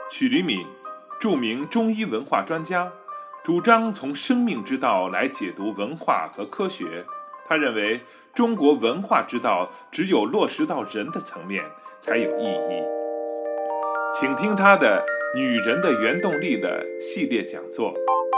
曲黎敏，著名中医文化专家，主张从生命之道来解读文化和科学。他认为中国文化之道只有落实到人的层面才有意义。请听他的《女人的原动力》的系列讲座。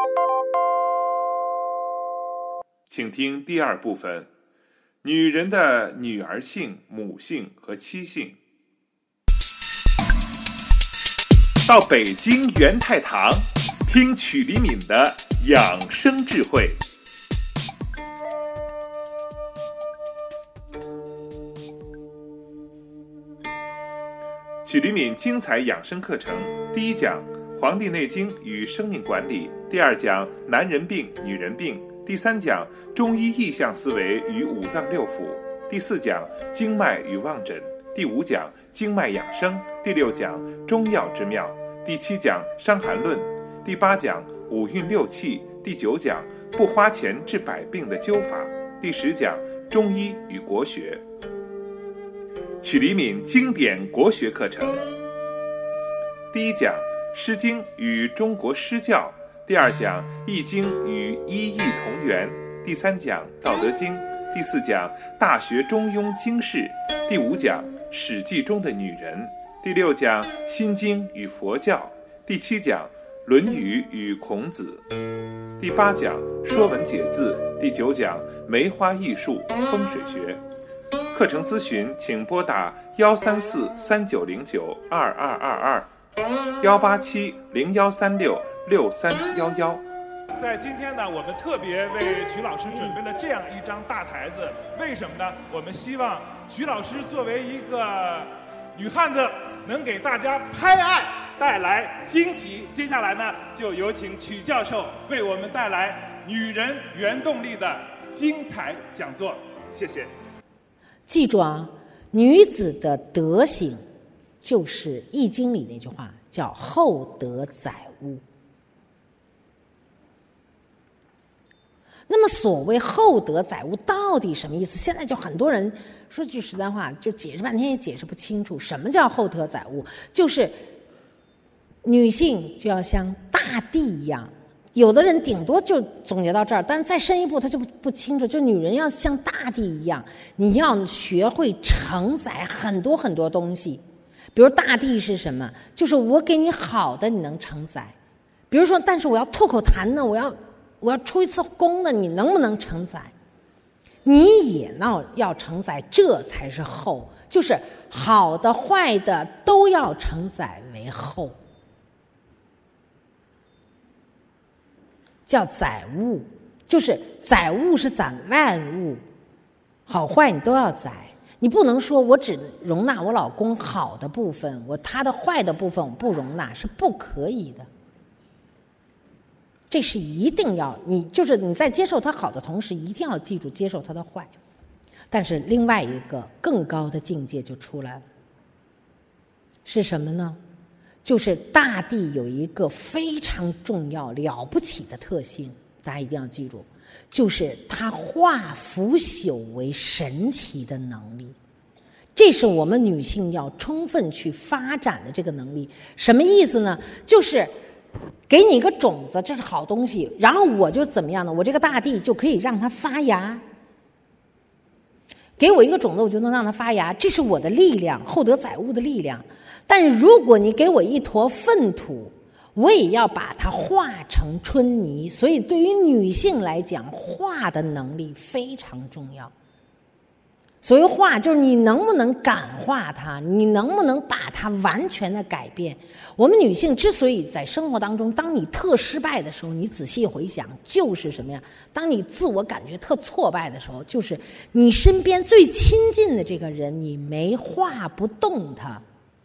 请听第二部分：女人的女儿性、母性和妻性。到北京元太堂，听曲黎敏的养生智慧。曲黎敏精彩养生课程，第一讲《黄帝内经与生命管理》，第二讲男人病、女人病，第三讲中医意象思维与五脏六腑，第四讲经脉与望诊，第五讲经脉养生，第六讲中药之妙，第七讲伤寒论，第八讲五运六气，第九讲不花钱治百病的灸法，第十讲中医与国学。曲黎敏经典国学课程，第一讲《诗经》与中国诗教，第二讲《易经》与一易同源，第三讲《道德经》，第四讲《大学中庸经释》，第五讲《史记》中的女人，第六讲《心经》与佛教，第七讲《论语》与孔子，第八讲《说文解字》，第九讲梅花艺术、风水学。课程咨询请拨打134-390-2222，187-0136-6311。 在今天呢，我们特别为曲老师准备了这样一张大台子，为什么呢？我们希望曲老师作为一个女汉子，能给大家拍案带来惊喜。接下来呢，就有请曲教授为我们带来女人原动力的精彩讲座，谢谢。 记住啊，女子的德行就是《易经》里那句话，叫厚德载物。那么所谓厚德载物到底什么意思？现在就很多人说句实在话，就解释半天也解释不清楚。什么叫厚德载物？就是女性就要像大地一样，有的人顶多就总结到这儿，但是再深一步他就不清楚。就女人要像大地一样，你要学会承载很多很多东西。比如大地是什么？就是我给你好的你能承载。比如说，但是我要吐口痰呢，我要出一次宫的，你能不能承载？你也要承载，这才是厚。就是好的坏的都要承载为厚，叫载物。就是载物是载万物，好坏你都要载。你不能说我只容纳我老公好的部分，他的坏的部分我不容纳，是不可以的。这是一定要，你在接受他好的同时，一定要记住接受他的坏。但是另外一个更高的境界就出来了，是什么呢？就是大地有一个非常重要了不起的特性，大家一定要记住，就是它化腐朽为神奇的能力。这是我们女性要充分去发展的这个能力。什么意思呢？就是给你一个种子，这是好东西，然后我就怎么样呢？我这个大地就可以让它发芽。给我一个种子，我就能让它发芽，这是我的力量，厚德载物的力量。但是如果你给我一坨粪土，我也要把它化成春泥。所以对于女性来讲，化的能力非常重要。所谓化，就是你能不能感化它，你能不能把它完全的改变。我们女性之所以在生活当中，当你特失败的时候，你仔细回想，就是什么呀？当你自我感觉特挫败的时候，就是你身边最亲近的这个人，你没化不动他。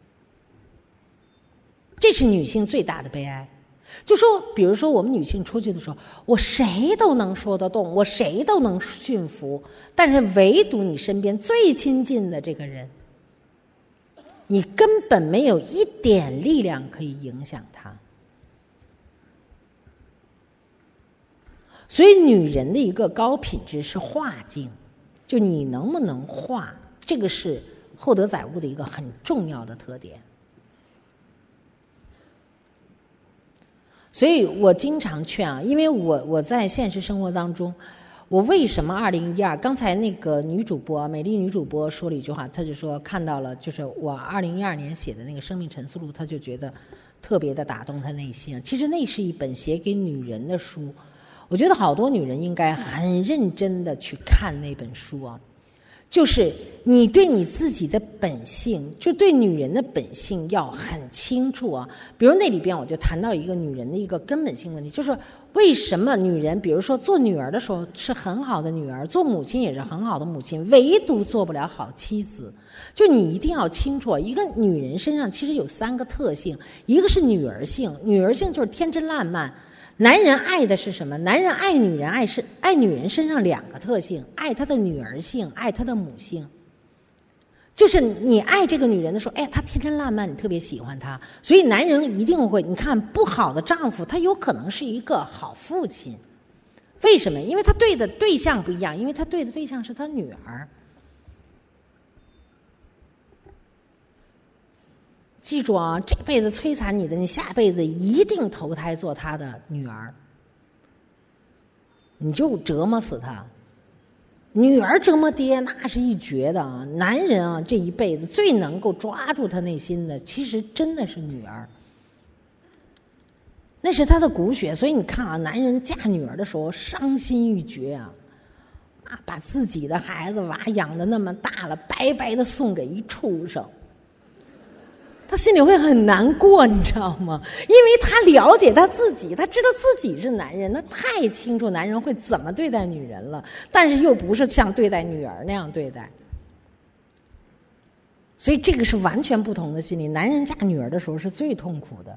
这是女性最大的悲哀。就说比如说我们女性出去的时候，我谁都能说得动，我谁都能驯服，但是唯独你身边最亲近的这个人，你根本没有一点力量可以影响他。所以女人的一个高品质是化境，就你能不能化，这个是厚德载物的一个很重要的特点。 所以我经常劝啊，因为我在现实生活当中，我为什么2012？刚才那个女主播，美丽女主播说了一句话，她就说看到了，就是我2012年写的那个《生命沉思录》，她就觉得特别的打动她内心。其实那是一本写给女人的书，我觉得好多女人应该很认真的去看那本书啊。就是你对你自己的本性，就对女人的本性要很清楚啊。比如那里边我就谈到一个女人的一个根本性问题，就是为什么女人比如说做女儿的时候是很好的女儿，做母亲也是很好的母亲，唯独做不了好妻子。就你一定要清楚，一个女人身上其实有3个特性，一个是女儿性，女儿性就是天真烂漫。男人爱的是什么？男人爱女人，爱女人身上2个特性，爱她的女儿性，爱她的母性。就是你爱这个女人的时候，哎，她天真烂漫，你特别喜欢她，所以男人一定会，你看不好的丈夫，他有可能是一个好父亲。为什么？因为他对的对象不一样，因为他对的对象是他女儿。记住啊，这辈子摧残你的，你下辈子一定投胎做他的女儿，你就折磨死他。女儿折磨爹那是一绝的啊！男人啊，这一辈子最能够抓住他内心的，其实真的是女儿，那是他的骨血。所以你看啊，男人嫁女儿的时候伤心欲绝啊，把自己的孩子娃养得那么大了，白白的送给一畜生。他心里会很难过，你知道吗？因为他了解他自己，他知道自己是男人，他太清楚男人会怎么对待女人了，但是又不是像对待女儿那样对待。所以这个是完全不同的心理。男人嫁女儿的时候是最痛苦的。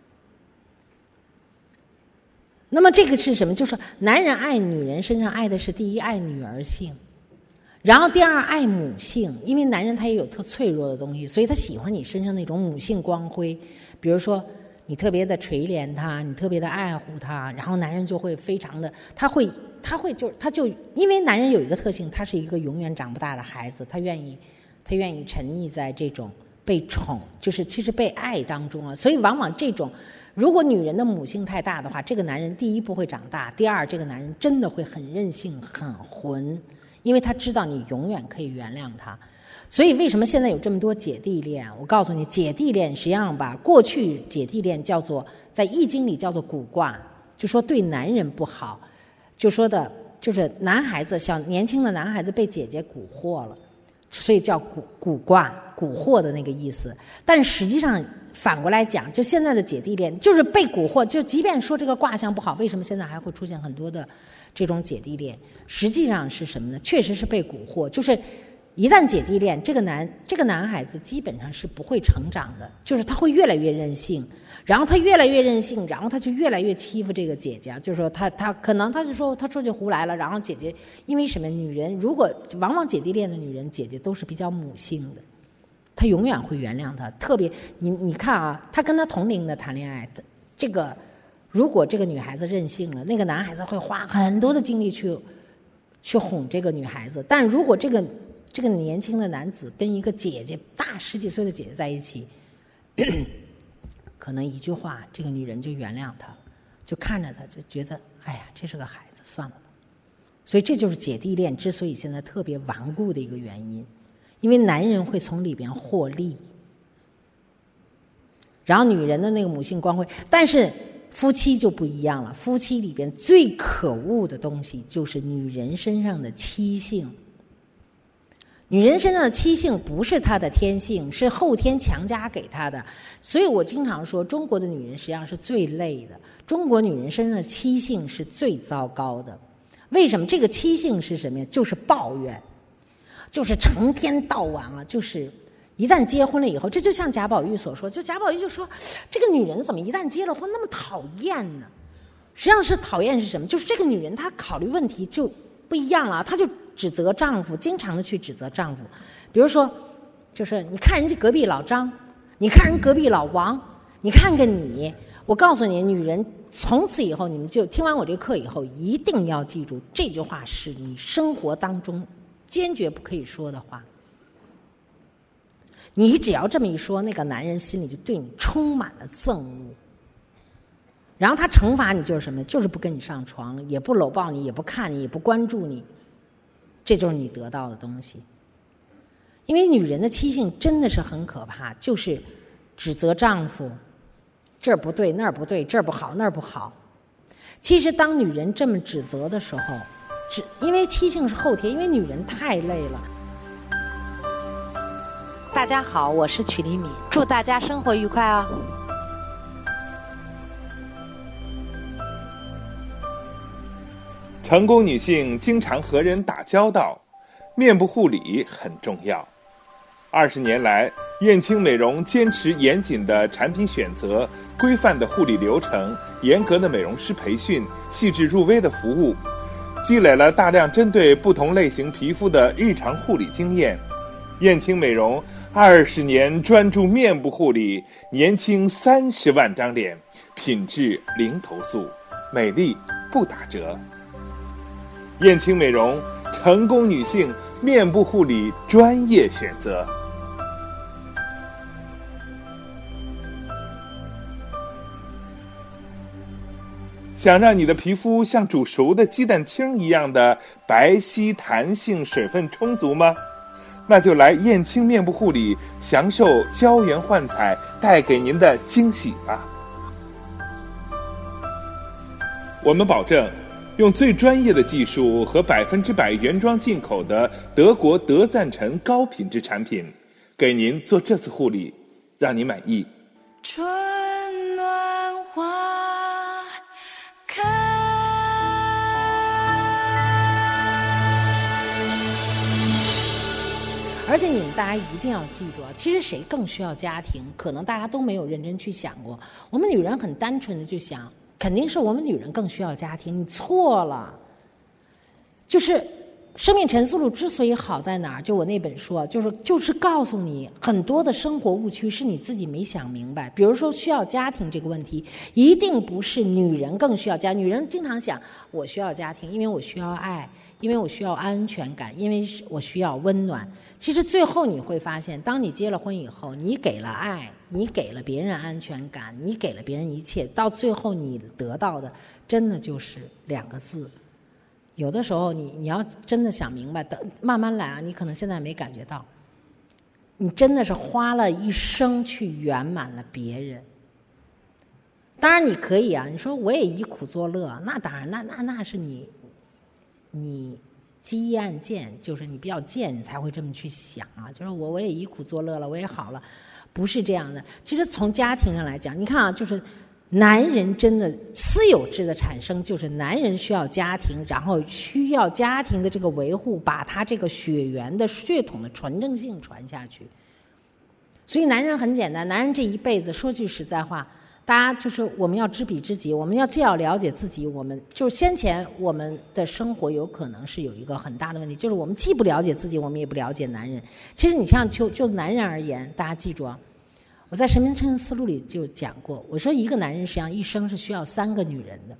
那么这个是什么？就是男人爱女人身上爱的是第一，爱女儿性。然后第二，爱母性，因为男人他也有特脆弱的东西，所以他喜欢你身上那种母性光辉。比如说你特别的垂怜他，你特别的爱护他，然后男人就会非常的，他就因为男人有一个特性，他是一个永远长不大的孩子，他愿意沉溺在这种被宠，就是其实被爱当中啊。所以往往这种，如果女人的母性太大的话，这个男人第一不会长大，第二这个男人真的会很任性很混。因为他知道你永远可以原谅他。所以为什么现在有这么多姐弟恋？我告诉你，姐弟恋实际上吧，过去姐弟恋叫做在易经里叫做蛊卦，就说对男人不好，就说的就是男孩子年轻的男孩子被姐姐蛊惑了，所以叫蛊卦，蛊惑的那个意思。但实际上反过来讲，就现在的姐弟恋就是被蛊惑，就即便说这个卦象不好，为什么现在还会出现很多的这种姐弟恋？实际上是什么呢？确实是被蛊惑，就是一旦姐弟恋，这个男孩子基本上是不会成长的，就是他会越来越任性，然后他越来越任性，然后他就越来越欺负这个姐姐，就是说他可能他就说他说起胡来了，然后姐姐因为什么？女人如果往往姐弟恋的女人，姐姐都是比较母性的，她永远会原谅他。特别你看啊，他跟他同龄的谈恋爱，这个如果这个女孩子任性了，那个男孩子会花很多的精力去哄这个女孩子。但如果这个年轻的男子跟一个姐姐大10几岁的姐姐在一起，可能一句话，这个女人就原谅他，就看着他就觉得，哎呀，这是个孩子，算了吧。所以这就是姐弟恋之所以现在特别顽固的一个原因，因为男人会从里边获利，然后女人的那个母性光辉。但是夫妻就不一样了，夫妻里边最可恶的东西就是女人身上的妻性。女人身上的妻性不是她的天性，是后天强加给她的。所以我经常说，中国的女人实际上是最累的，中国女人身上的妻性是最糟糕的。为什么？这个妻性是什么呀？就是抱怨，就是成天到晚啊，就是一旦结婚了以后，这就像贾宝玉所说，就贾宝玉就说，这个女人怎么一旦结了婚那么讨厌呢？实际上是讨厌是什么？就是这个女人她考虑问题就不一样了，她就指责丈夫，经常的去指责丈夫。比如说，就是你看人家隔壁老张，你看人隔壁老王，你看看你。我告诉你，女人从此以后，你们就听完我这个课以后，一定要记住这句话，是你生活当中坚决不可以说的话。你只要这么一说，那个男人心里就对你充满了憎恶。 然后他惩罚你就是什么？就是不跟你上床，也不搂抱你，也不看你，也不关注你，这就是你得到的东西。因为女人的妻性真的是很可怕，就是指责丈夫这儿不对那儿不对，这儿不好那儿不好。其实当女人这么指责的时候，因为妻性是后天，因为女人太累了。 大家好，我是曲黎敏，祝大家生活愉快哦。 成功女性经常和人打交道，面部护理很重要。20年来，燕青美容坚持严谨的产品选择、规范的护理流程、严格的美容师培训、细致入微的服务，积累了大量针对不同类型皮肤的日常护理经验。燕青美容20年专注面部护理，年轻30万张脸，品质零投诉，美丽不打折。燕青美容，成功女性面部护理专业选择。想让你的皮肤像煮熟的鸡蛋清一样的白皙弹性、水分充足吗？那就来燕青面部护理，享受胶原焕彩带给您的惊喜吧。我们保证用最专业的技术和100%原装进口的德国德赞臣高品质产品，给您做这次护理，让您满意。 春暖花开， 而且你们大家一定要记住啊，其实谁更需要家庭，可能大家都没有认真去想过。我们女人很单纯的就想，肯定是我们女人更需要家庭，你错了。就是生命沉思录之所以好在哪儿，就我那本书啊，就是告诉你很多的生活误区是你自己没想明白。比如说需要家庭这个问题，一定不是女人更需要家。女人经常想，我需要家庭，因为我需要爱，因为我需要安全感，因为我需要温暖。其实最后你会发现，当你结了婚以后，你给了爱，你给了别人安全感，你给了别人一切，到最后你得到的真的就是2个字。有的时候你要真的想明白，等慢慢来啊，你可能现在没感觉到，你真的是花了一生去圆满了别人。当然你可以啊，你说我也以苦作乐，那当然，那是你基因暗贱，就是你比较贱，你才会这么去想啊。就是我也以苦作乐了，我也好了，不是这样的。其实从家庭上来讲，你看啊，就是男人真的私有制的产生，就是男人需要家庭，然后需要家庭的这个维护，把他这个血缘的血统的纯正性传下去。所以男人很简单，男人这一辈子说句实在话，大家就是我们要知彼知己，我们既要了解自己，我们就是先前我们的生活有可能是有一个很大的问题，就是我们既不了解自己，我们也不了解男人。其实你像就男人而言，大家记住啊，我在《神明沉思录》里就讲过，我说一个男人实际上一生是需要3个女人的。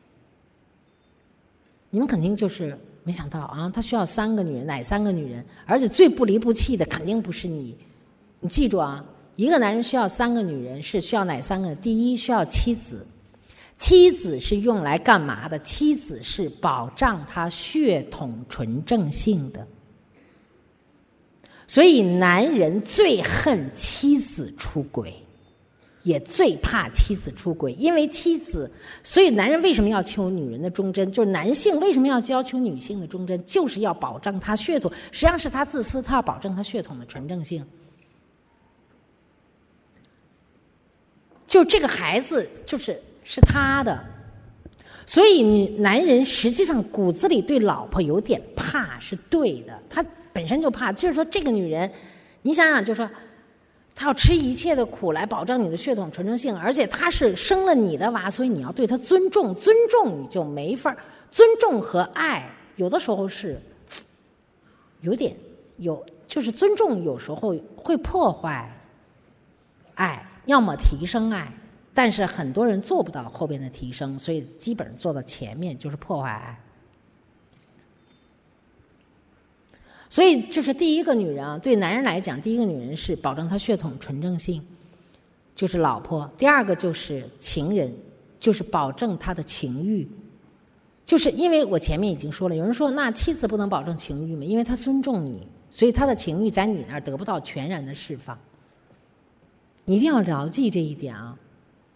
你们肯定就是没想到啊，他需要3个女人，哪3个女人？而且最不离不弃的肯定不是你。你记住啊，一个男人需要3个女人，是需要哪3个？第一，需要妻子。妻子是用来干嘛的？妻子是保障他血统纯正性的。所以男人最恨妻子出轨，也最怕妻子出轨，因为妻子，所以男人为什么要求女人的忠贞？就是男性为什么要要求女性的忠贞？就是要保障他血统，实际上是他自私，他要保证他血统的纯正性。就这个孩子是他的，所以男人实际上骨子里对老婆有点怕是对的，他本身就怕，就是说这个女人，你想想，就是说她要吃一切的苦来保障你的血统纯正性，而且她是生了你的娃，所以你要对她尊重，尊重你就没法，尊重和爱有的时候是就是尊重有时候会破坏爱，要么提升爱，但是很多人做不到后边的提升，所以基本上做到前面就是破坏爱。所以就是第一个女人啊，对男人来讲，第一个女人是保证她血统纯正性，就是老婆；第二个就是情人， 就是保证他的情欲。就是因为我前面已经说了，有人说那妻子不能保证情欲吗？因为他尊重你，所以他的情欲在你那儿得不到全然的释放。你一定要牢记这一点啊！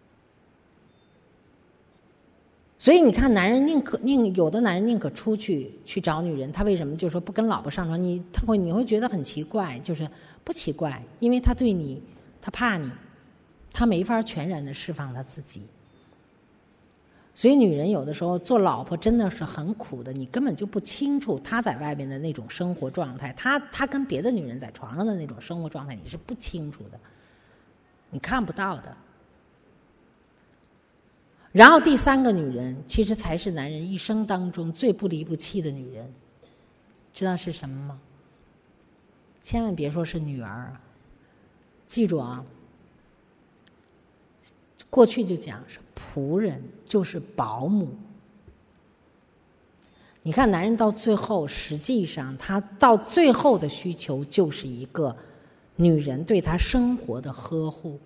所以你看，男人有的男人宁可出去找女人，他为什么就说不跟老婆上床？你会觉得很奇怪，就是不奇怪，因为他对你，他怕你，他没法全然的释放他自己。所以女人有的时候做老婆真的是很苦的，你根本就不清楚她在外面的那种生活状态，她跟别的女人在床上的那种生活状态，你是不清楚的，你看不到的。然后第三个女人，其实才是男人一生当中最不离不弃的女人，知道是什么吗？千万别说是女儿，记住啊，过去就讲是仆人，就是保姆。你看男人到最后，实际上他到最后的需求就是一个女人对他生活的呵护。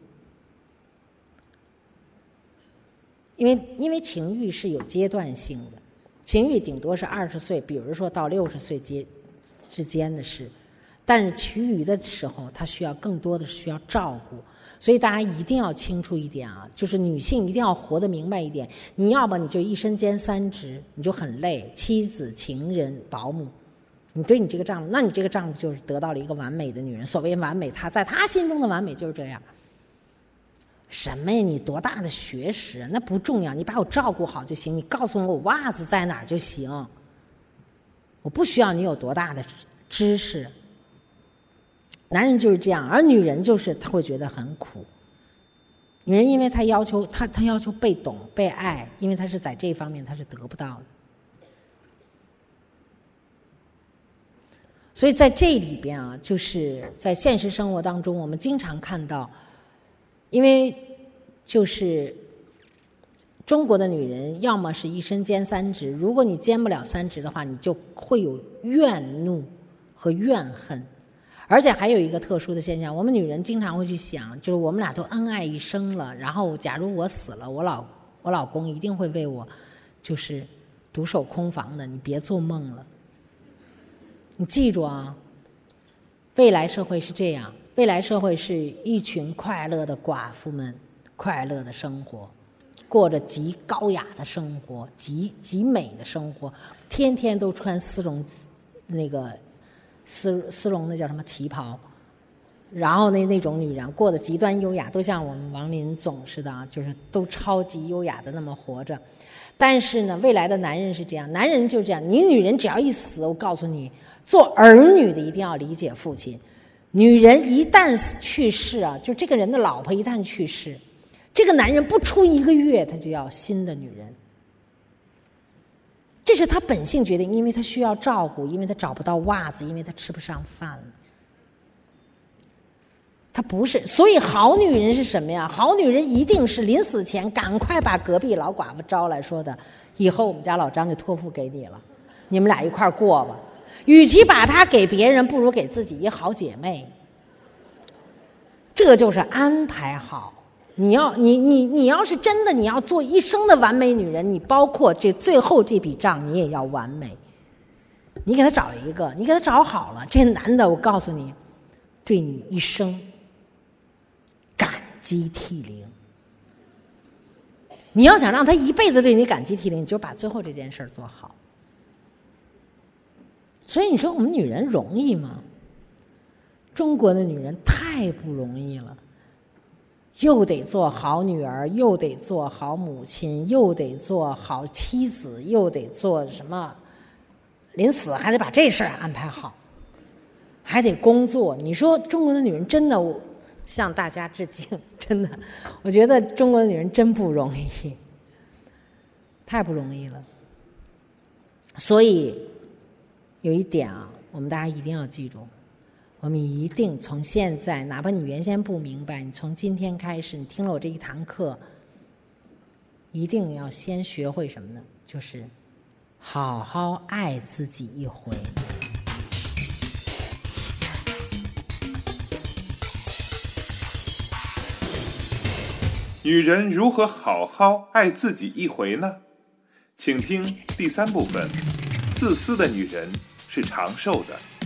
因为情欲是有阶段性的，情欲顶多是20岁，比如说到60岁之间的事，但是其余的时候他需要更多的需要照顾。所以大家一定要清楚一点啊，就是女性一定要活得明白一点，你要么你就一身兼3职，你就很累，妻子、情人、保姆，你对你这个丈夫，那你这个丈夫就是得到了一个完美的女人。所谓完美，他在他心中的完美就是这样。什么呀？你多大的学识？那不重要，你把我照顾好就行。你告诉我袜子在哪儿就行，我不需要你有多大的知识。男人就是这样，而女人就是他会觉得很苦。女人因为她要求被懂被爱，因为她是在这方面她是得不到的。所以在这里边啊，就是在现实生活当中，我们经常看到，因为就是中国的女人要么是一身兼3职，如果你兼不了3职的话，你就会有怨怒和怨恨。而且还有一个特殊的现象，我们女人经常会去想，就是我们俩都恩爱一生了，然后假如我死了，我老公一定会为我就是独守空房的，你别做梦了。你记住啊，未来社会是这样，未来社会是一群快乐的寡妇们快乐的生活，过着极高雅的生活，极美的生活，天天都穿丝绒那叫什么旗袍，然后那种女人过得极端优雅，都像我们王林总似的啊，就是都超级优雅的那么活着。但是呢，未来的男人是这样，男人就这样，你女人只要一死，我告诉你，做儿女的一定要理解父亲。女人一旦去世啊，就这个人的老婆一旦去世，这个男人不出1个月，他就要新的女人。这是他本性决定，因为他需要照顾，因为他找不到袜子，因为他吃不上饭了。他不是，所以好女人是什么呀？好女人一定是临死前赶快把隔壁老寡妇招来，说的以后我们家老张就托付给你了，你们俩一块过吧。与其把她给别人，不如给自己一好姐妹。这就是安排好。你要是真的你要做一生的完美女人，你包括这最后这笔账你也要完美。你给他找一个，你给他找好了，这男的我告诉你，对你一生感激涕零。你要想让他一辈子对你感激涕零，你就把最后这件事做好。所以你说我们女人容易吗？中国的女人太不容易了，又得做好女儿，又得做好母亲，又得做好妻子，又得做什么，临死还得把这事儿安排好，还得工作。你说中国的女人真的，我向大家致敬，真的，我觉得中国的女人真不容易，太不容易了。所以有一点啊，我们大家一定要记住，我们一定从现在，哪怕你原先不明白，你从今天开始，你听了我这一堂课，一定要先学会什么呢？就是好好爱自己一回。 女人如何好好爱自己一回呢？请听第3部分，自私的女人是长寿的。